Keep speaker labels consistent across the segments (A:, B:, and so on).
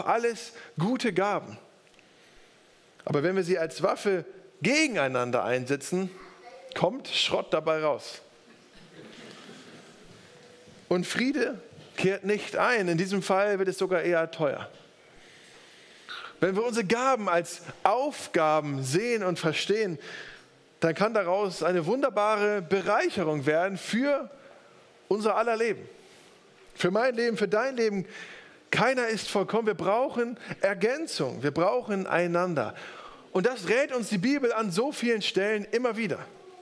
A: alles gute Gaben. Aber wenn wir sie als Waffe gegeneinander einsetzen, kommt Schrott dabei raus. Und Friede kehrt nicht ein. In diesem Fall wird es sogar eher teuer. Wenn wir unsere Gaben als Aufgaben sehen und verstehen, dann kann daraus eine wunderbare Bereicherung werden für unser aller Leben. Für mein Leben, für dein Leben. Keiner ist vollkommen. Wir brauchen Ergänzung. Wir brauchen einander. Und das rät uns die Bibel an so vielen Stellen immer wieder.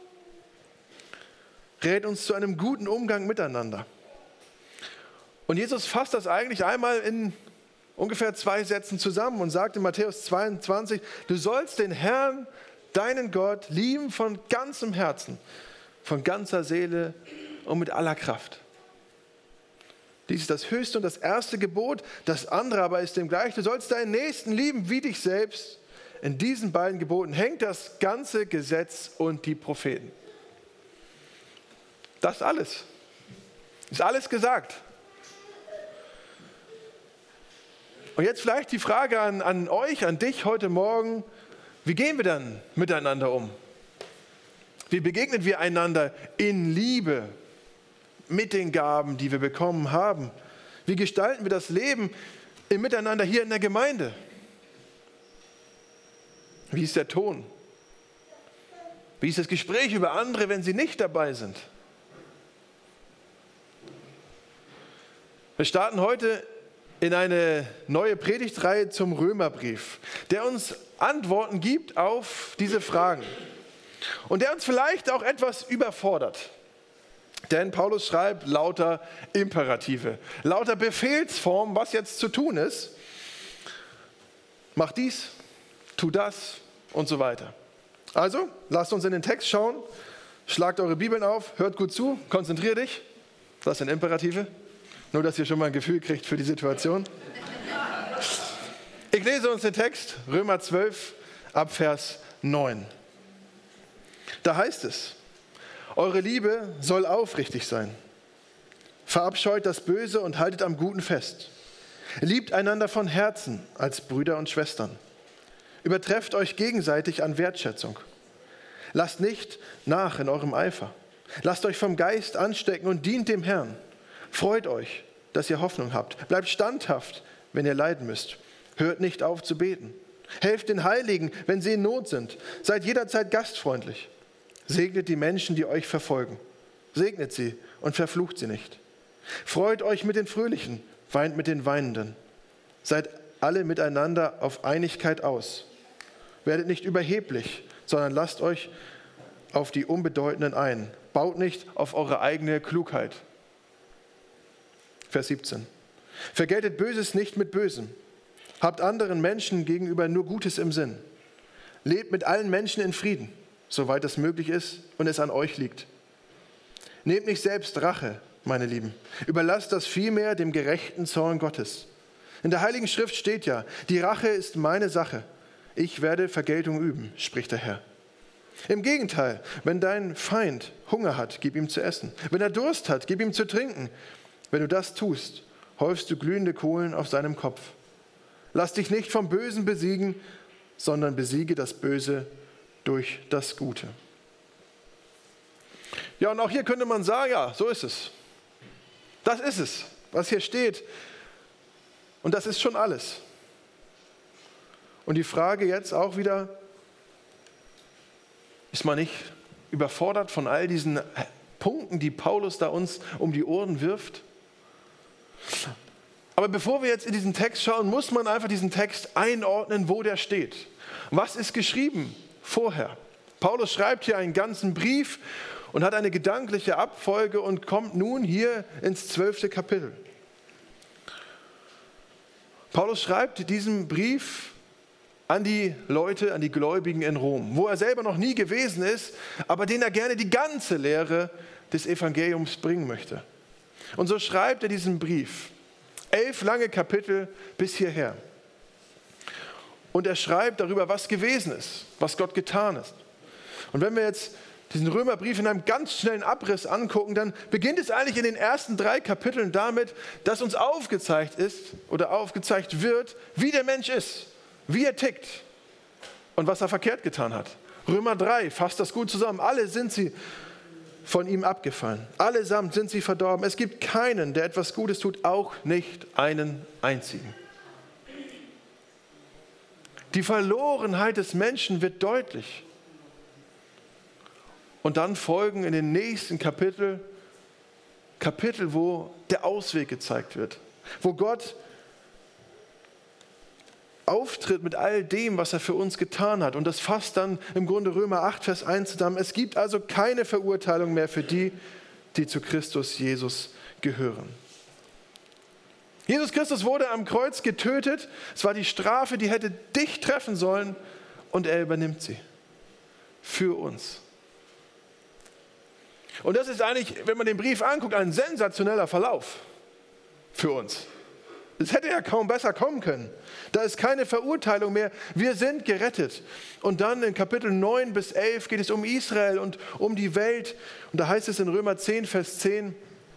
A: Rät uns zu einem guten Umgang miteinander. Und Jesus fasst das eigentlich einmal in ungefähr 2 Sätzen zusammen und sagt in Matthäus 22, du sollst den Herrn, deinen Gott, lieben von ganzem Herzen, von ganzer Seele und mit aller Kraft. Dies ist das höchste und das erste Gebot, das andere aber ist dem gleich, du sollst deinen Nächsten lieben wie dich selbst. In diesen beiden Geboten hängt das ganze Gesetz und die Propheten. Das alles. Ist alles gesagt. Und jetzt vielleicht die Frage an euch, an dich heute Morgen, wie gehen wir dann miteinander um? Wie begegnen wir einander in Liebe mit den Gaben, die wir bekommen haben? Wie gestalten wir das Leben im Miteinander hier in der Gemeinde? Wie ist der Ton? Wie ist das Gespräch über andere, wenn sie nicht dabei sind? Wir starten heute in eine neue Predigtreihe zum Römerbrief, der uns Antworten gibt auf diese Fragen und der uns vielleicht auch etwas überfordert. Denn Paulus schreibt lauter Imperative, lauter Befehlsformen, was jetzt zu tun ist. Mach dies, tu das und so weiter. Also, lasst uns in den Text schauen, schlagt eure Bibeln auf, hört gut zu, konzentriert dich. Das sind Imperative. Nur, dass ihr schon mal ein Gefühl kriegt für die Situation. Ich lese uns den Text, Römer 12, ab Vers 9. Da heißt es, eure Liebe soll aufrichtig sein. Verabscheut das Böse und haltet am Guten fest. Liebt einander von Herzen als Brüder und Schwestern. Übertrefft euch gegenseitig an Wertschätzung. Lasst nicht nach in eurem Eifer. Lasst euch vom Geist anstecken und dient dem Herrn. Freut euch, dass ihr Hoffnung habt. Bleibt standhaft, wenn ihr leiden müsst. Hört nicht auf zu beten. Helft den Heiligen, wenn sie in Not sind. Seid jederzeit gastfreundlich. Segnet die Menschen, die euch verfolgen. Segnet sie und verflucht sie nicht. Freut euch mit den Fröhlichen, weint mit den Weinenden. Seid alle miteinander auf Einigkeit aus. Werdet nicht überheblich, sondern lasst euch auf die Unbedeutenden ein. Baut nicht auf eure eigene Klugheit. Vers 17. Vergeltet Böses nicht mit Bösem. Habt anderen Menschen gegenüber nur Gutes im Sinn. Lebt mit allen Menschen in Frieden, soweit es möglich ist und es an euch liegt. Nehmt nicht selbst Rache, meine Lieben. Überlasst das vielmehr dem gerechten Zorn Gottes. In der Heiligen Schrift steht ja, die Rache ist meine Sache. Ich werde Vergeltung üben, spricht der Herr. Im Gegenteil, wenn dein Feind Hunger hat, gib ihm zu essen. Wenn er Durst hat, gib ihm zu trinken. Wenn du das tust, häufst du glühende Kohlen auf seinem Kopf. Lass dich nicht vom Bösen besiegen, sondern besiege das Böse durch das Gute. Ja, und auch hier könnte man sagen, ja, so ist es. Das ist es, was hier steht. Und das ist schon alles. Und die Frage jetzt auch wieder, ist man nicht überfordert von all diesen Punkten, die Paulus da uns um die Ohren wirft? Aber bevor wir jetzt in diesen Text schauen, muss man einfach diesen Text einordnen, wo der steht. Was ist geschrieben vorher? Paulus schreibt hier einen ganzen Brief und hat eine gedankliche Abfolge und kommt nun hier ins 12. Kapitel. Paulus schreibt diesen Brief an die Leute, an die Gläubigen in Rom, wo er selber noch nie gewesen ist, aber denen er gerne die ganze Lehre des Evangeliums bringen möchte. Und so schreibt er diesen Brief. 11 lange Kapitel bis hierher. Und er schreibt darüber, was gewesen ist, was Gott getan ist. Und wenn wir jetzt diesen Römerbrief in einem ganz schnellen Abriss angucken, dann beginnt es eigentlich in den ersten 3 Kapiteln damit, dass uns aufgezeigt ist oder aufgezeigt wird, wie der Mensch ist, wie er tickt und was er verkehrt getan hat. Römer 3 fasst das gut zusammen. Alle sind sie von ihm abgefallen. Allesamt sind sie verdorben. Es gibt keinen, der etwas Gutes tut, auch nicht einen einzigen. Die Verlorenheit des Menschen wird deutlich. Und dann folgen in den nächsten Kapitel, wo der Ausweg gezeigt wird. Wo Gott auftritt mit all dem, was er für uns getan hat. Und das fasst dann im Grunde Römer 8, Vers 1 zusammen. Es gibt also keine Verurteilung mehr für die, die zu Christus Jesus gehören. Jesus Christus wurde am Kreuz getötet. Es war die Strafe, die hätte dich treffen sollen. Und er übernimmt sie. Für uns. Und das ist eigentlich, wenn man den Brief anguckt, ein sensationeller Verlauf für uns. Es hätte ja kaum besser kommen können. Da ist keine Verurteilung mehr. Wir sind gerettet. Und dann in Kapitel 9 bis 11 geht es um Israel und um die Welt. Und da heißt es in Römer 10, Vers 10.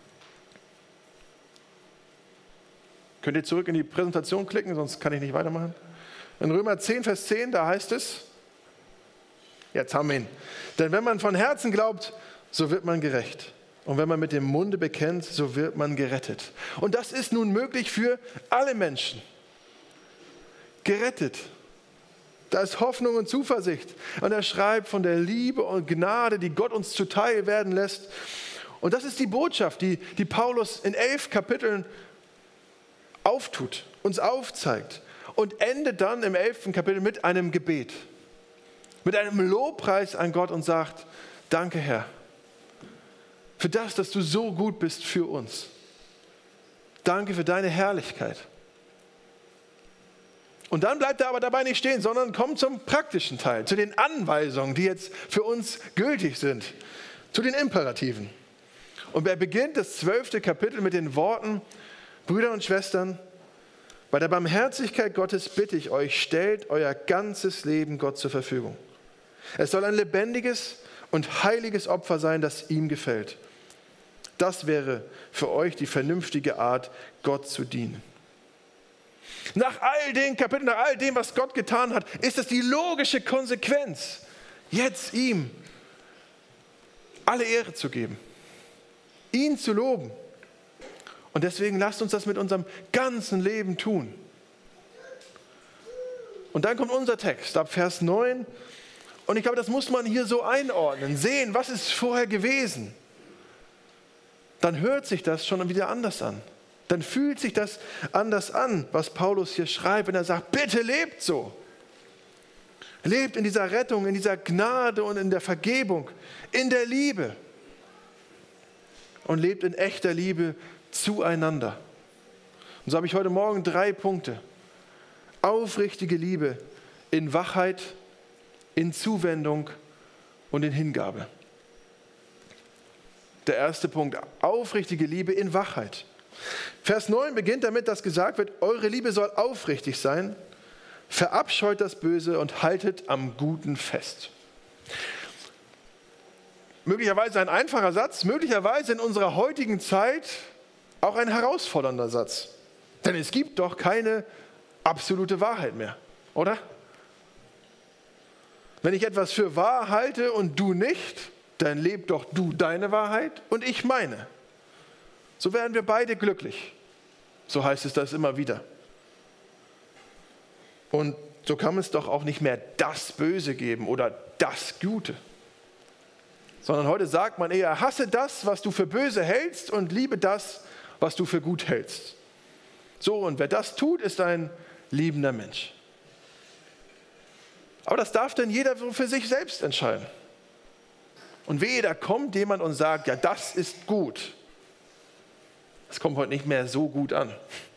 A: Könnt ihr zurück in die Präsentation klicken, sonst kann ich nicht weitermachen. In Römer 10, Vers 10, da heißt es, jetzt haben wir ihn. Denn wenn man von Herzen glaubt, so wird man gerecht. Und wenn man mit dem Munde bekennt, so wird man gerettet. Und das ist nun möglich für alle Menschen. Gerettet. Da ist Hoffnung und Zuversicht. Und er schreibt von der Liebe und Gnade, die Gott uns zuteil werden lässt. Und das ist die Botschaft, die Paulus in 11 Kapiteln auftut, uns aufzeigt. Und endet dann im 11. Kapitel mit einem Gebet. Mit einem Lobpreis an Gott und sagt, danke Herr. Für das, dass du so gut bist für uns. Danke für deine Herrlichkeit. Und dann bleibt er aber dabei nicht stehen, sondern kommt zum praktischen Teil, zu den Anweisungen, die jetzt für uns gültig sind, zu den Imperativen. Und er beginnt das 12. Kapitel mit den Worten, Brüder und Schwestern, bei der Barmherzigkeit Gottes bitte ich euch, stellt euer ganzes Leben Gott zur Verfügung. Es soll ein lebendiges und heiliges Opfer sein, das ihm gefällt. Das wäre für euch die vernünftige Art, Gott zu dienen. Nach all den Kapiteln, nach all dem, was Gott getan hat, ist es die logische Konsequenz, jetzt ihm alle Ehre zu geben, ihn zu loben. Und deswegen lasst uns das mit unserem ganzen Leben tun. Und dann kommt unser Text ab Vers 9. Und ich glaube, das muss man hier so einordnen, sehen, was ist vorher gewesen. Dann hört sich das schon wieder anders an. Dann fühlt sich das anders an, was Paulus hier schreibt, wenn er sagt, bitte lebt so. Lebt in dieser Rettung, in dieser Gnade und in der Vergebung, in der Liebe. Und lebt in echter Liebe zueinander. Und so habe ich heute Morgen 3 Punkte. Aufrichtige Liebe in Wachheit, in Zuwendung und in Hingabe. Der erste Punkt, aufrichtige Liebe in Wachheit. Vers 9 beginnt damit, dass gesagt wird, eure Liebe soll aufrichtig sein, verabscheut das Böse und haltet am Guten fest. Möglicherweise ein einfacher Satz, möglicherweise in unserer heutigen Zeit auch ein herausfordernder Satz. Denn es gibt doch keine absolute Wahrheit mehr, oder? Wenn ich etwas für wahr halte und du nicht, dann leb doch du deine Wahrheit und ich meine. So werden wir beide glücklich. So heißt es das immer wieder. Und so kann es doch auch nicht mehr das Böse geben oder das Gute. Sondern heute sagt man eher, hasse das, was du für böse hältst und liebe das, was du für gut hältst. So, und wer das tut, ist ein liebender Mensch. Aber das darf denn jeder für sich selbst entscheiden. Und wehe, da kommt jemand und sagt, ja, das ist gut. Das kommt heute nicht mehr so gut an.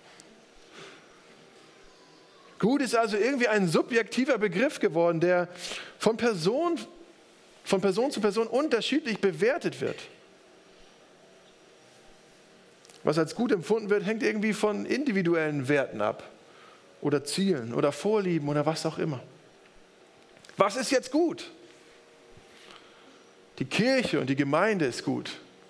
A: Gut ist also irgendwie ein subjektiver Begriff geworden, der von Person zu Person unterschiedlich bewertet wird. Was als gut empfunden wird, hängt irgendwie von individuellen Werten ab. Oder Zielen oder Vorlieben oder was auch immer. Was ist jetzt gut? die Kirche und die Gemeinde ist gut.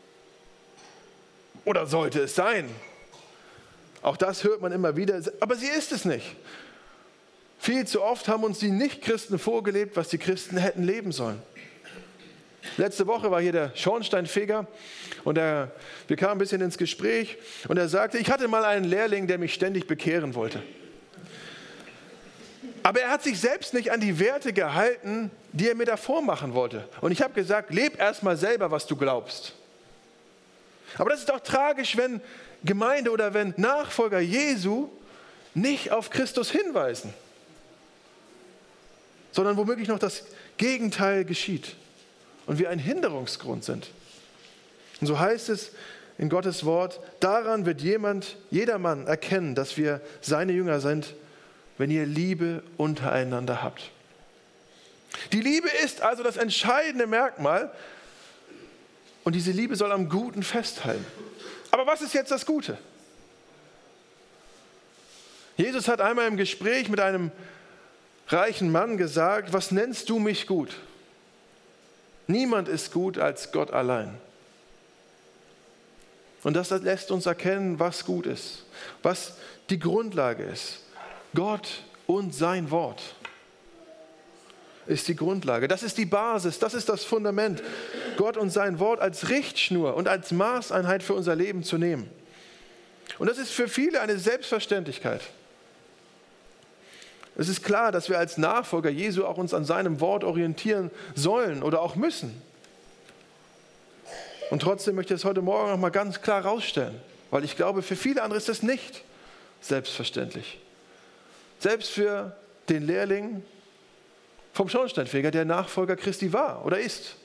A: Oder sollte es sein? Auch das hört man immer wieder, aber sie ist es nicht. Viel zu oft haben uns die Nichtchristen vorgelebt, was die Christen hätten leben sollen. Letzte Woche war hier der Schornsteinfeger und wir kamen ein bisschen ins Gespräch und er sagte, ich hatte mal einen Lehrling, der mich ständig bekehren wollte. Aber er hat sich selbst nicht an die Werte gehalten, die er mir davor machen wollte. Und ich habe gesagt, leb erst mal selber, was du glaubst. Aber das ist doch tragisch, wenn Gemeinde oder wenn Nachfolger Jesu nicht auf Christus hinweisen, sondern womöglich noch das Gegenteil geschieht und wir ein Hinderungsgrund sind. Und so heißt es in Gottes Wort, daran wird jedermann erkennen, dass wir seine Jünger sind, wenn ihr Liebe untereinander habt. Die Liebe ist also das entscheidende Merkmal und diese Liebe soll am Guten festhalten. Aber was ist jetzt das Gute? Jesus hat einmal im Gespräch mit einem reichen Mann gesagt, was nennst du mich gut? Niemand ist gut als Gott allein. Und das lässt uns erkennen, was gut ist, was die Grundlage ist. Gott und sein Wort ist die Grundlage. Das ist die Basis, das ist das Fundament. Gott und sein Wort als Richtschnur und als Maßeinheit für unser Leben zu nehmen. Und das ist für viele eine Selbstverständlichkeit. Es ist klar, dass wir als Nachfolger Jesu auch uns an seinem Wort orientieren sollen oder auch müssen. Und trotzdem möchte ich es heute Morgen noch mal ganz klar herausstellen, weil ich glaube, für viele andere ist das nicht selbstverständlich. Selbst für den Lehrling vom Schornsteinfeger, der Nachfolger Christi war oder ist.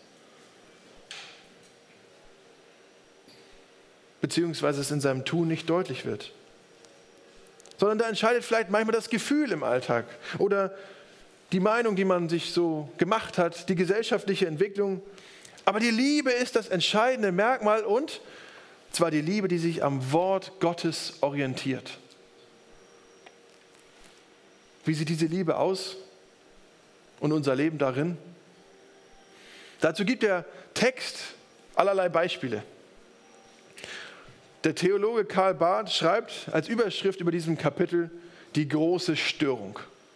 A: Beziehungsweise es in seinem Tun nicht deutlich wird. Sondern da entscheidet vielleicht manchmal das Gefühl im Alltag oder die Meinung, die man sich so gemacht hat, die gesellschaftliche Entwicklung. Aber die Liebe ist das entscheidende Merkmal und zwar die Liebe, die sich am Wort Gottes orientiert. Wie sieht diese Liebe aus und unser Leben darin? Dazu gibt der Text allerlei Beispiele. Der Theologe Karl Barth schreibt als Überschrift über diesem Kapitel die große Störung.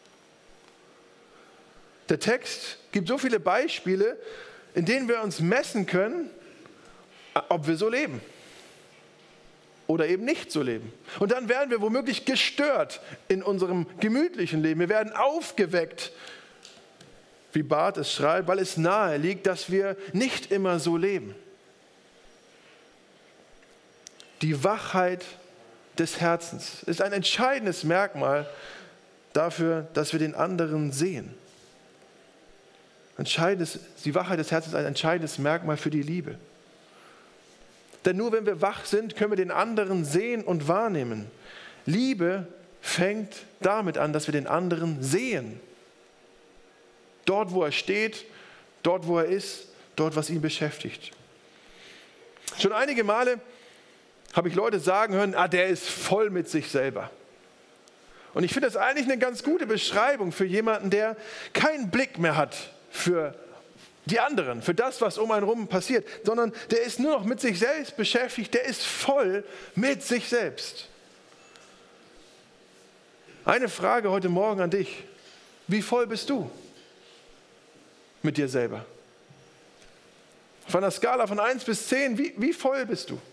A: Der Text gibt so viele Beispiele, in denen wir uns messen können, ob wir so leben oder eben nicht so leben. Und dann werden wir womöglich gestört in unserem gemütlichen Leben. Wir werden aufgeweckt, wie Barth es schreibt, weil es nahe liegt, dass wir nicht immer so leben. Die Wachheit des Herzens ist ein entscheidendes Merkmal dafür, dass wir den anderen sehen. Die Wachheit des Herzens ist ein entscheidendes Merkmal für die Liebe. Denn nur wenn wir wach sind, können wir den anderen sehen und wahrnehmen. Liebe fängt damit an, dass wir den anderen sehen. Dort, wo er steht, dort, wo er ist, dort, was ihn beschäftigt. Schon einige Male habe ich Leute sagen hören, der ist voll mit sich selber. Und ich finde das eigentlich eine ganz gute Beschreibung für jemanden, der keinen Blick mehr hat für die anderen, für das, was um einen herum passiert, sondern der ist nur noch mit sich selbst beschäftigt, der ist voll mit sich selbst. Eine Frage heute Morgen an dich. Wie voll bist du mit dir selber? Auf einer Skala von 1 bis 10, wie voll bist du?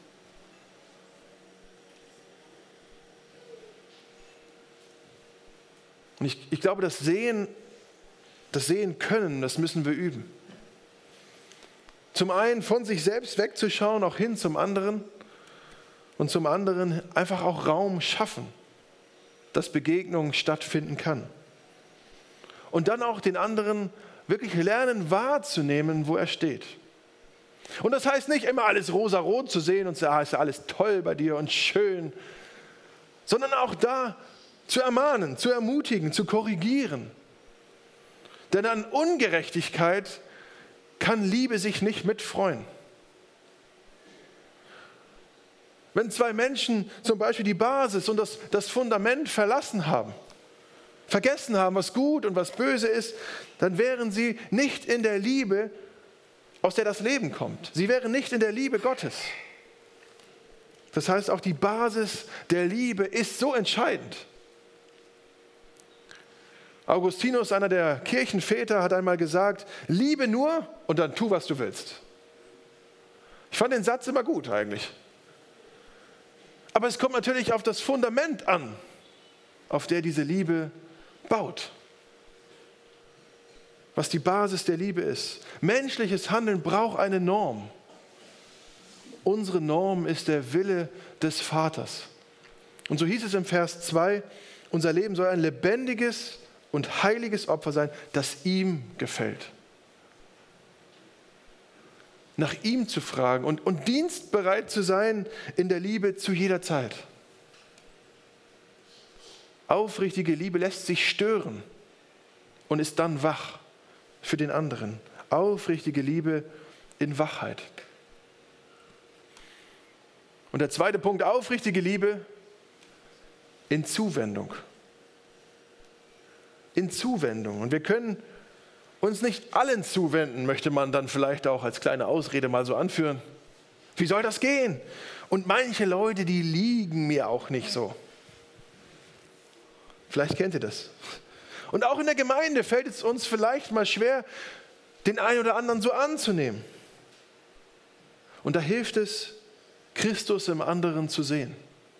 A: Und ich glaube, das Sehen können, das müssen wir üben. Zum einen von sich selbst wegzuschauen, auch hin zum anderen. Und zum anderen einfach auch Raum schaffen, dass Begegnung stattfinden kann. Und dann auch den anderen wirklich lernen wahrzunehmen, wo er steht. Und das heißt nicht immer alles rosarot zu sehen und zu sagen, ist ja alles toll bei dir und schön, sondern auch da zu ermahnen, zu ermutigen, zu korrigieren. Denn an Ungerechtigkeit kann Liebe sich nicht mitfreuen. Wenn zwei Menschen zum Beispiel die Basis und das Fundament verlassen haben, vergessen haben, was gut und was böse ist, dann wären sie nicht in der Liebe aus der das Leben kommt. Sie wären nicht in der Liebe Gottes. Das heißt, auch die Basis der Liebe ist so entscheidend. Augustinus, einer der Kirchenväter, hat einmal gesagt, liebe nur und dann tu, was du willst. Ich fand den Satz immer gut eigentlich. Aber es kommt natürlich auf das Fundament an, auf der diese Liebe baut. Was die Basis der Liebe ist. Menschliches Handeln braucht eine Norm. Unsere Norm ist der Wille des Vaters. Und so hieß es im Vers 2, unser Leben soll ein lebendiges und heiliges Opfer sein, das ihm gefällt. Nach ihm zu fragen und dienstbereit zu sein in der Liebe zu jeder Zeit. Aufrichtige Liebe lässt sich stören und ist dann wach für den anderen. Aufrichtige Liebe in Wachheit. Und der zweite Punkt, aufrichtige Liebe in Zuwendung. In Zuwendung. Und wir können uns nicht allen zuwenden, möchte man dann vielleicht auch als kleine Ausrede mal so anführen. Wie soll das gehen? Und manche Leute, die liegen mir auch nicht so. Vielleicht kennt ihr das. Und auch in der Gemeinde fällt es uns vielleicht mal schwer, den einen oder anderen so anzunehmen. Und da hilft es, Christus im anderen zu sehen.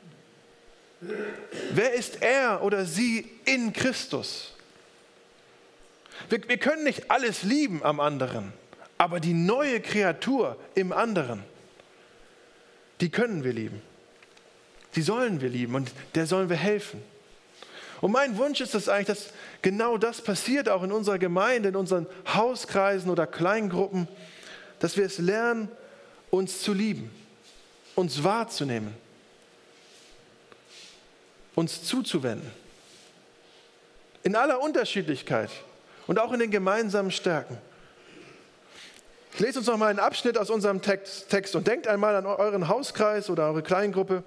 A: Wer ist er oder sie in Christus? Wir können nicht alles lieben am anderen, aber die neue Kreatur im anderen, die können wir lieben. Die sollen wir lieben und der sollen wir helfen. Und mein Wunsch ist es eigentlich, dass genau das passiert auch in unserer Gemeinde, in unseren Hauskreisen oder Kleingruppen, dass wir es lernen, uns zu lieben, uns wahrzunehmen, uns zuzuwenden. In aller Unterschiedlichkeit und auch in den gemeinsamen Stärken. Ich lese uns noch mal einen Abschnitt aus unserem Text und denkt einmal an euren Hauskreis oder eure Kleingruppe.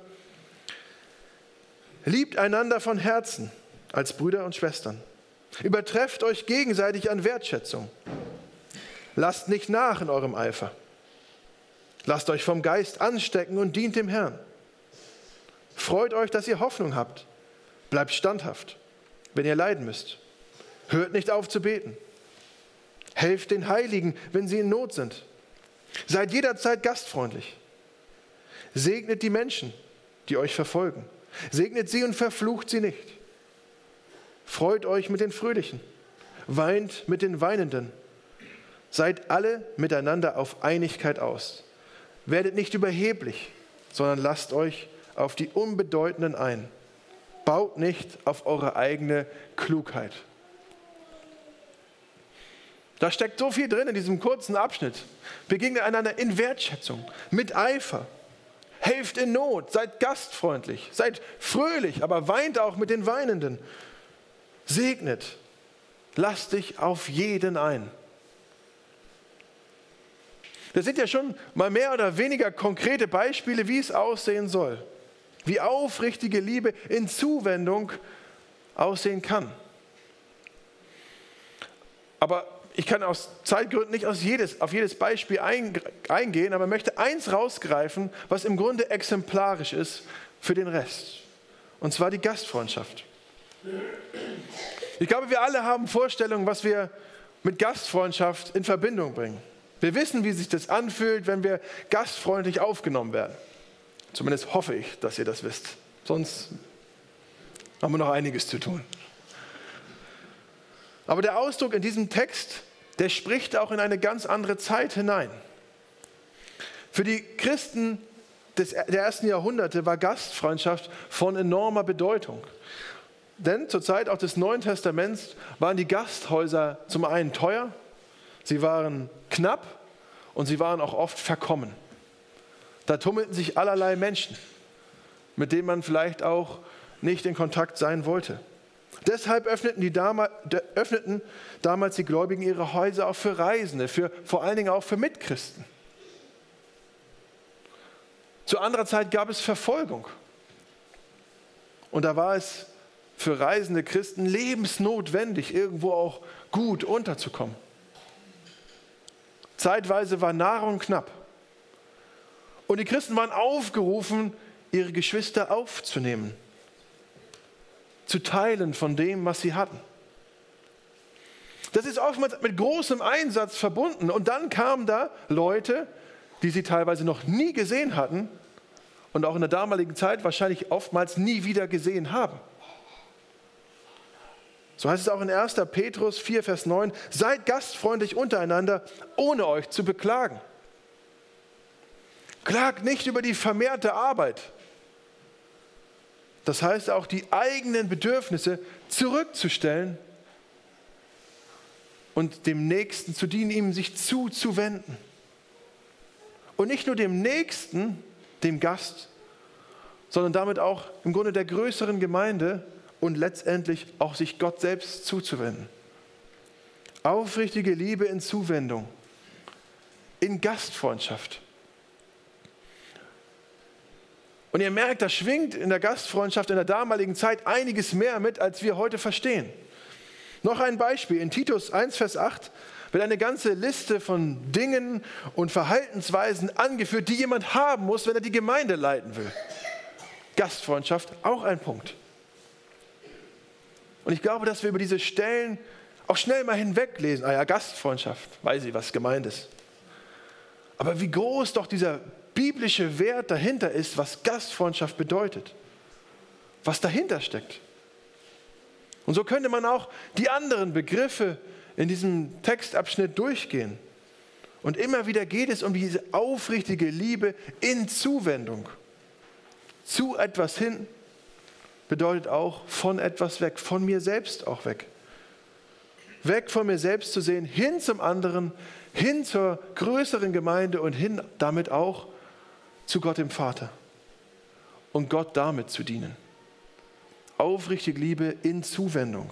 A: Liebt einander von Herzen als Brüder und Schwestern. Übertrefft euch gegenseitig an Wertschätzung. Lasst nicht nach in eurem Eifer. Lasst euch vom Geist anstecken und dient dem Herrn. Freut euch, dass ihr Hoffnung habt. Bleibt standhaft, wenn ihr leiden müsst. Hört nicht auf zu beten. Helft den Heiligen, wenn sie in Not sind. Seid jederzeit gastfreundlich. Segnet die Menschen, die euch verfolgen. Segnet sie und verflucht sie nicht. Freut euch mit den Fröhlichen. Weint mit den Weinenden. Seid alle miteinander auf Einigkeit aus. Werdet nicht überheblich, sondern lasst euch auf die Unbedeutenden ein. Baut nicht auf eure eigene Klugheit. Da steckt so viel drin in diesem kurzen Abschnitt. Begegnet einander in Wertschätzung, mit Eifer. Helft in Not, seid gastfreundlich, seid fröhlich, aber weint auch mit den Weinenden. Segnet, lasst dich auf jeden ein. Das sind ja schon mal mehr oder weniger konkrete Beispiele, wie es aussehen soll. Wie aufrichtige Liebe in Zuwendung aussehen kann. Aber ich kann aus Zeitgründen nicht auf jedes Beispiel eingehen, aber möchte eins rausgreifen, was im Grunde exemplarisch ist für den Rest. Und zwar die Gastfreundschaft. Ich glaube, wir alle haben Vorstellungen, was wir mit Gastfreundschaft in Verbindung bringen. Wir wissen, wie sich das anfühlt, wenn wir gastfreundlich aufgenommen werden. Zumindest hoffe ich, dass ihr das wisst. Sonst haben wir noch einiges zu tun. Aber der Ausdruck in diesem Text, der spricht auch in eine ganz andere Zeit hinein. Für die Christen der ersten Jahrhunderte war Gastfreundschaft von enormer Bedeutung. Denn zur Zeit auch des Neuen Testaments waren die Gasthäuser zum einen teuer, sie waren knapp und sie waren auch oft verkommen. Da tummelten sich allerlei Menschen, mit denen man vielleicht auch nicht in Kontakt sein wollte. Deshalb öffneten damals die Gläubigen ihre Häuser auch für Reisende, vor allen Dingen auch für Mitchristen. Zu anderer Zeit gab es Verfolgung. Und da war es für reisende Christen lebensnotwendig, irgendwo auch gut unterzukommen. Zeitweise war Nahrung knapp. Und die Christen waren aufgerufen, ihre Geschwister aufzunehmen, zu teilen von dem, was sie hatten. Das ist oftmals mit großem Einsatz verbunden. Und dann kamen da Leute, die sie teilweise noch nie gesehen hatten und auch in der damaligen Zeit wahrscheinlich oftmals nie wieder gesehen haben. So heißt es auch in 1. Petrus 4, Vers 9, seid gastfreundlich untereinander, ohne euch zu beklagen. Klagt nicht über die vermehrte Arbeit. Das heißt auch die eigenen Bedürfnisse zurückzustellen und dem Nächsten zu dienen, ihm sich zuzuwenden. Und nicht nur dem Nächsten, dem Gast, sondern damit auch im Grunde der größeren Gemeinde und letztendlich auch sich Gott selbst zuzuwenden. Aufrichtige Liebe in Zuwendung, in Gastfreundschaft. Und ihr merkt, da schwingt in der Gastfreundschaft in der damaligen Zeit einiges mehr mit, als wir heute verstehen. Noch ein Beispiel. In Titus 1, Vers 8 wird eine ganze Liste von Dingen und Verhaltensweisen angeführt, die jemand haben muss, wenn er die Gemeinde leiten will. Gastfreundschaft, auch ein Punkt. Und ich glaube, dass wir über diese Stellen auch schnell mal hinweglesen. Ah ja, Gastfreundschaft, weiß ich, was gemeint ist. Aber wie groß doch dieser biblische Wert dahinter ist, was Gastfreundschaft bedeutet, was dahinter steckt. Und so könnte man auch die anderen Begriffe in diesem Textabschnitt durchgehen. Und immer wieder geht es um diese aufrichtige Liebe in Zuwendung. Zu etwas hin bedeutet auch von etwas weg, von mir selbst auch weg. Weg von mir selbst zu sehen, hin zum anderen, hin zur größeren Gemeinde und hin damit auch zu Gott dem Vater. Und Gott damit zu dienen. Aufrichtige Liebe in Zuwendung.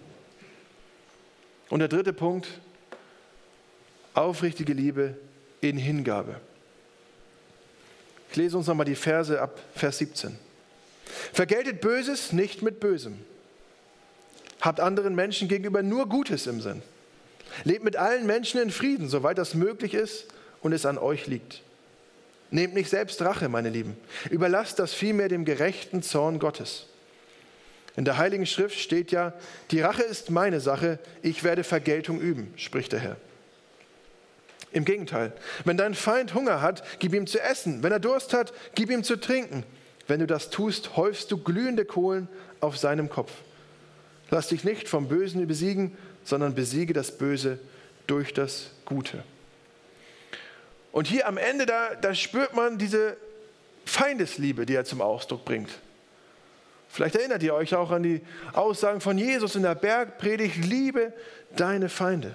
A: Und der dritte Punkt, aufrichtige Liebe in Hingabe. Ich lese uns nochmal die Verse ab Vers 17. Vergeltet Böses nicht mit Bösem. Habt anderen Menschen gegenüber nur Gutes im Sinn. Lebt mit allen Menschen in Frieden, soweit das möglich ist und es an euch liegt. Nehmt nicht selbst Rache, meine Lieben. Überlasst das vielmehr dem gerechten Zorn Gottes. In der Heiligen Schrift steht ja, die Rache ist meine Sache, ich werde Vergeltung üben, spricht der Herr. Im Gegenteil, wenn dein Feind Hunger hat, gib ihm zu essen. Wenn er Durst hat, gib ihm zu trinken. Wenn du das tust, häufst du glühende Kohlen auf seinem Kopf. Lass dich nicht vom Bösen besiegen, sondern besiege das Böse durch das Gute. Und hier am Ende, da spürt man diese Feindesliebe, die er zum Ausdruck bringt. Vielleicht erinnert ihr euch auch an die Aussagen von Jesus in der Bergpredigt, liebe deine Feinde.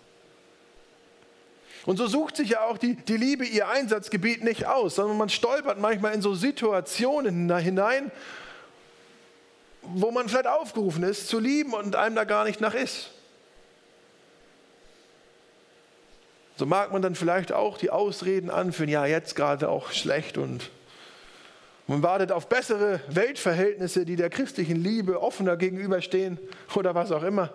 A: Und so sucht sich ja auch die Liebe ihr Einsatzgebiet nicht aus, sondern man stolpert manchmal in so Situationen hinein, wo man vielleicht aufgerufen ist, zu lieben und einem da gar nicht nach ist. So mag man dann vielleicht auch die Ausreden anführen, ja, jetzt gerade auch schlecht und man wartet auf bessere Weltverhältnisse, die der christlichen Liebe offener gegenüberstehen oder was auch immer.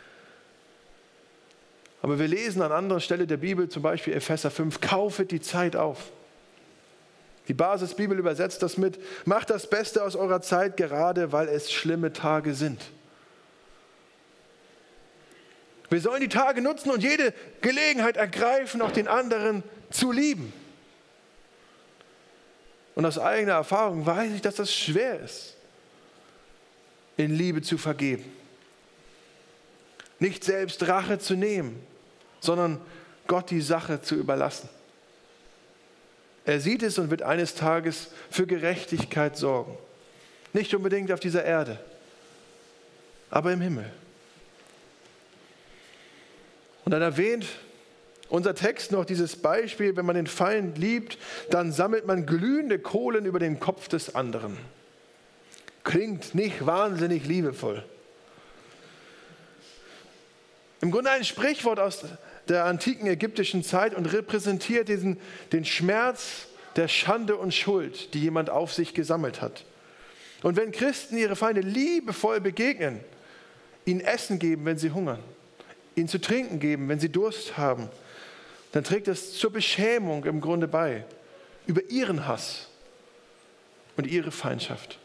A: Aber wir lesen an anderer Stelle der Bibel, zum Beispiel Epheser 5, kaufet die Zeit auf. Die Basisbibel übersetzt das mit, macht das Beste aus eurer Zeit, gerade weil es schlimme Tage sind. Wir sollen die Tage nutzen und jede Gelegenheit ergreifen, auch den anderen zu lieben. Und aus eigener Erfahrung weiß ich, dass das schwer ist, in Liebe zu vergeben. Nicht selbst Rache zu nehmen, sondern Gott die Sache zu überlassen. Er sieht es und wird eines Tages für Gerechtigkeit sorgen. Nicht unbedingt auf dieser Erde, aber im Himmel. Und dann erwähnt unser Text noch dieses Beispiel, wenn man den Feind liebt, dann sammelt man glühende Kohlen über den Kopf des anderen. Klingt nicht wahnsinnig liebevoll. Im Grunde ein Sprichwort aus der antiken ägyptischen Zeit und repräsentiert den Schmerz der Schande und Schuld, die jemand auf sich gesammelt hat. Und wenn Christen ihre Feinde liebevoll begegnen, ihnen Essen geben, wenn sie hungern, ihnen zu trinken geben, wenn sie Durst haben, dann trägt es zur Beschämung im Grunde bei über ihren Hass und ihre Feindschaft.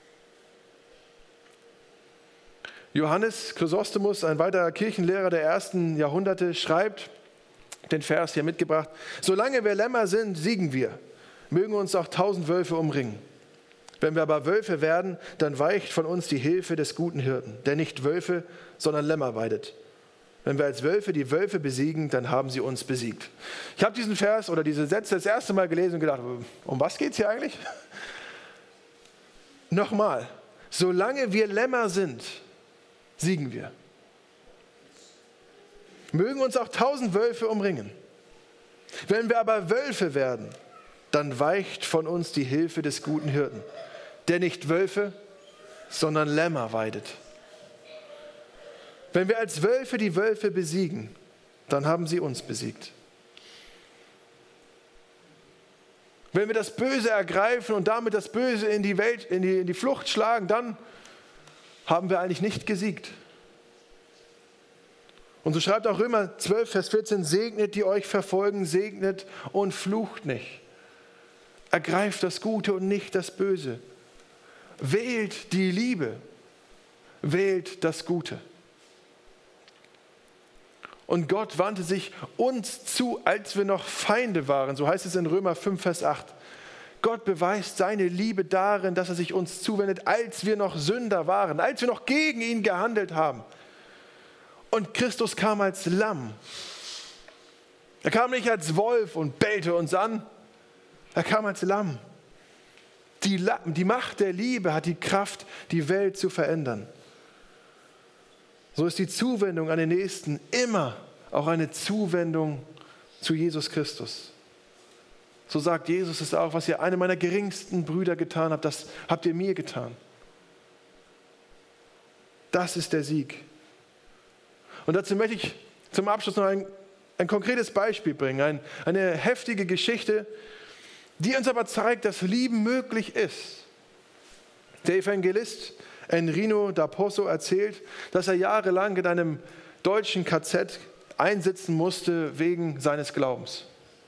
A: Johannes Chrysostomus, ein weiterer Kirchenlehrer der ersten Jahrhunderte, schreibt den Vers hier mitgebracht: Solange wir Lämmer sind, siegen wir. Mögen uns auch 1000 Wölfe umringen. Wenn wir aber Wölfe werden, dann weicht von uns die Hilfe des guten Hirten, der nicht Wölfe, sondern Lämmer weidet. Wenn wir als Wölfe die Wölfe besiegen, dann haben sie uns besiegt. Ich habe diesen Vers oder diese Sätze das erste Mal gelesen und gedacht, um was geht es hier eigentlich? Nochmal, solange wir Lämmer sind, siegen wir. Mögen uns auch 1000 Wölfe umringen. Wenn wir aber Wölfe werden, dann weicht von uns die Hilfe des guten Hirten, der nicht Wölfe, sondern Lämmer weidet. Wenn wir als Wölfe die Wölfe besiegen, dann haben sie uns besiegt. Wenn wir das Böse ergreifen und damit das Böse in die Welt, in die Flucht schlagen, dann haben wir eigentlich nicht gesiegt. Und so schreibt auch Römer 12, Vers 14, segnet, die euch verfolgen, segnet und flucht nicht. Ergreift das Gute und nicht das Böse. Wählt die Liebe, wählt das Gute. Und Gott wandte sich uns zu, als wir noch Feinde waren. So heißt es in Römer 5, Vers 8. Gott beweist seine Liebe darin, dass er sich uns zuwendet, als wir noch Sünder waren, als wir noch gegen ihn gehandelt haben. Und Christus kam als Lamm. Er kam nicht als Wolf und bellte uns an. Er kam als Lamm. Die Macht der Liebe hat die Kraft, die Welt zu verändern. So ist die Zuwendung an den Nächsten immer auch eine Zuwendung zu Jesus Christus. So sagt Jesus es auch, was ihr einem meiner geringsten Brüder getan habt, das habt ihr mir getan. Das ist der Sieg. Und dazu möchte ich zum Abschluss noch ein konkretes Beispiel bringen, eine heftige Geschichte, die uns aber zeigt, dass Lieben möglich ist. Der Evangelist Enrico da Pozzo erzählt, dass er jahrelang in einem deutschen KZ einsitzen musste wegen seines Glaubens.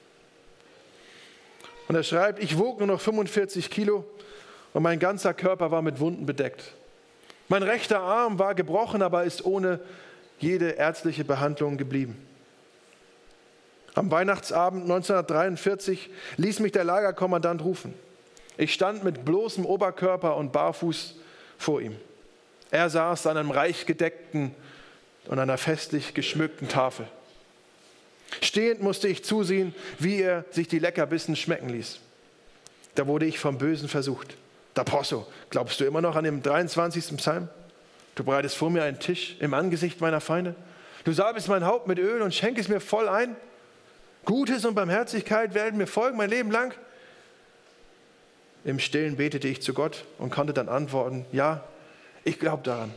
A: Und er schreibt, ich wog nur noch 45 Kilo und mein ganzer Körper war mit Wunden bedeckt. Mein rechter Arm war gebrochen, aber ist ohne jede ärztliche Behandlung geblieben. Am Weihnachtsabend 1943 ließ mich der Lagerkommandant rufen. Ich stand mit bloßem Oberkörper und barfuß vor ihm. Er saß an einem reich gedeckten und einer festlich geschmückten Tafel. Stehend musste ich zusehen, wie er sich die Leckerbissen schmecken ließ. Da wurde ich vom Bösen versucht. Da Pozzo, glaubst du immer noch an den 23. Psalm? Du bereitest vor mir einen Tisch im Angesicht meiner Feinde. Du salbest mein Haupt mit Öl und schenkest mir voll ein. Gutes und Barmherzigkeit werden mir folgen mein Leben lang. Im Stillen betete ich zu Gott und konnte dann antworten, ja, ich glaube daran.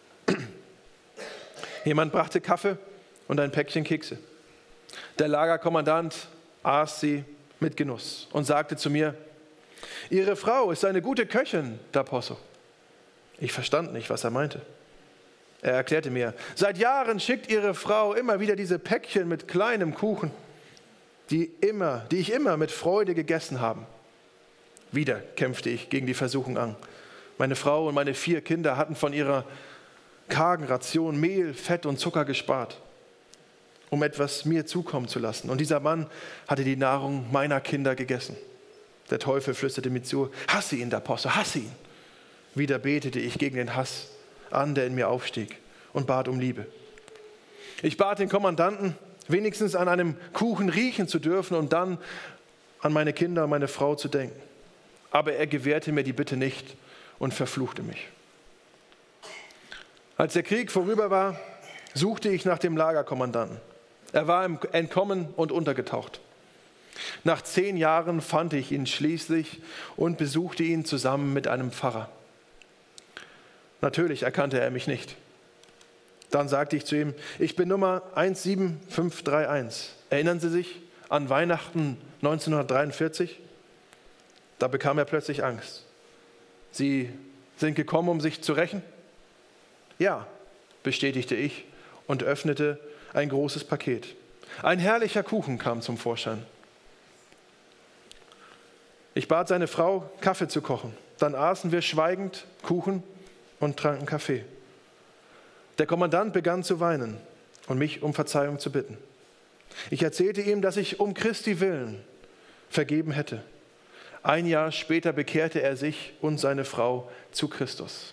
A: Jemand brachte Kaffee und ein Päckchen Kekse. Der Lagerkommandant aß sie mit Genuss und sagte zu mir, Ihre Frau ist eine gute Köchin, da Pozzo. Ich verstand nicht, was er meinte. Er erklärte mir, seit Jahren schickt Ihre Frau immer wieder diese Päckchen mit kleinem Kuchen, die ich immer mit Freude gegessen habe. Wieder kämpfte ich gegen die Versuchung an. Meine Frau und meine 4 Kinder hatten von ihrer kargen Ration Mehl, Fett und Zucker gespart, um etwas mir zukommen zu lassen. Und dieser Mann hatte die Nahrung meiner Kinder gegessen. Der Teufel flüsterte mir zu, hasse ihn, der Apostel, hasse ihn. Wieder betete ich gegen den Hass an, der in mir aufstieg, und bat um Liebe. Ich bat den Kommandanten, wenigstens an einem Kuchen riechen zu dürfen und dann an meine Kinder und meine Frau zu denken. Aber er gewährte mir die Bitte nicht und verfluchte mich. Als der Krieg vorüber war, suchte ich nach dem Lagerkommandanten. Er war entkommen und untergetaucht. Nach 10 Jahren fand ich ihn schließlich und besuchte ihn zusammen mit einem Pfarrer. Natürlich erkannte er mich nicht. Dann sagte ich zu ihm, ich bin Nummer 17531. Erinnern Sie sich an Weihnachten 1943? Da bekam er plötzlich Angst. Sie sind gekommen, um sich zu rächen? Ja, bestätigte ich und öffnete ein großes Paket. Ein herrlicher Kuchen kam zum Vorschein. Ich bat seine Frau, Kaffee zu kochen. Dann aßen wir schweigend Kuchen und tranken Kaffee. Der Kommandant begann zu weinen und mich um Verzeihung zu bitten. Ich erzählte ihm, dass ich um Christi willen vergeben hätte. Ein Jahr später bekehrte er sich und seine Frau zu Christus.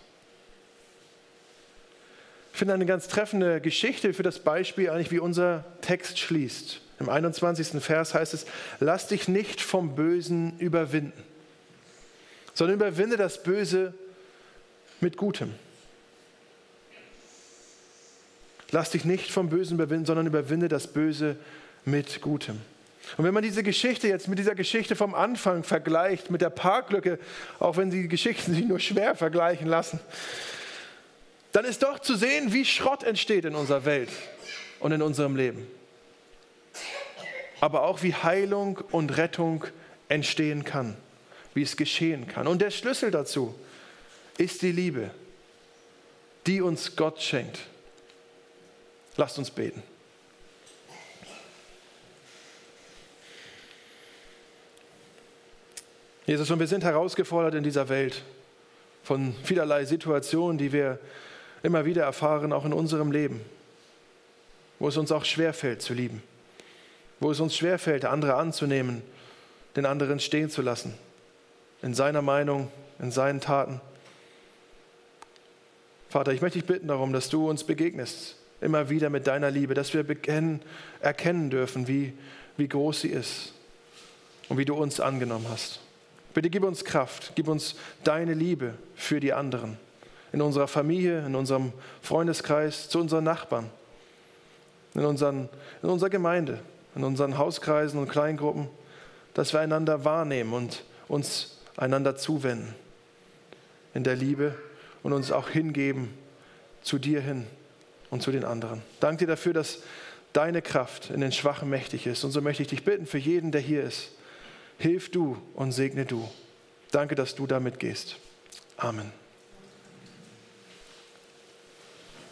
A: Ich finde eine ganz treffende Geschichte für das Beispiel eigentlich, wie unser Text schließt. Im 21. Vers heißt es, lass dich nicht vom Bösen überwinden, sondern überwinde das Böse mit Gutem. Lass dich nicht vom Bösen überwinden, sondern überwinde das Böse mit Gutem. Und wenn man diese Geschichte jetzt mit dieser Geschichte vom Anfang vergleicht, mit der Parklücke, auch wenn die Geschichten sich nur schwer vergleichen lassen, dann ist doch zu sehen, wie Schrott entsteht in unserer Welt und in unserem Leben. Aber auch wie Heilung und Rettung entstehen kann, wie es geschehen kann. Und der Schlüssel dazu ist die Liebe, die uns Gott schenkt. Lasst uns beten. Jesus, und wir sind herausgefordert in dieser Welt von vielerlei Situationen, die wir immer wieder erfahren, auch in unserem Leben, wo es uns auch schwerfällt zu lieben, wo es uns schwerfällt, andere anzunehmen, den anderen stehen zu lassen, in seiner Meinung, in seinen Taten. Vater, ich möchte dich bitten darum, dass du uns begegnest, immer wieder mit deiner Liebe, dass wir erkennen dürfen, wie groß sie ist und wie du uns angenommen hast. Bitte gib uns Kraft, gib uns deine Liebe für die anderen, in unserer Familie, in unserem Freundeskreis, zu unseren Nachbarn, in unserer Gemeinde, in unseren Hauskreisen und Kleingruppen, dass wir einander wahrnehmen und uns einander zuwenden in der Liebe und uns auch hingeben zu dir hin und zu den anderen. Danke dir dafür, dass deine Kraft in den Schwachen mächtig ist. Und so möchte ich dich bitten für jeden, der hier ist. Hilf du und segne du. Danke, dass du damit gehst. Amen.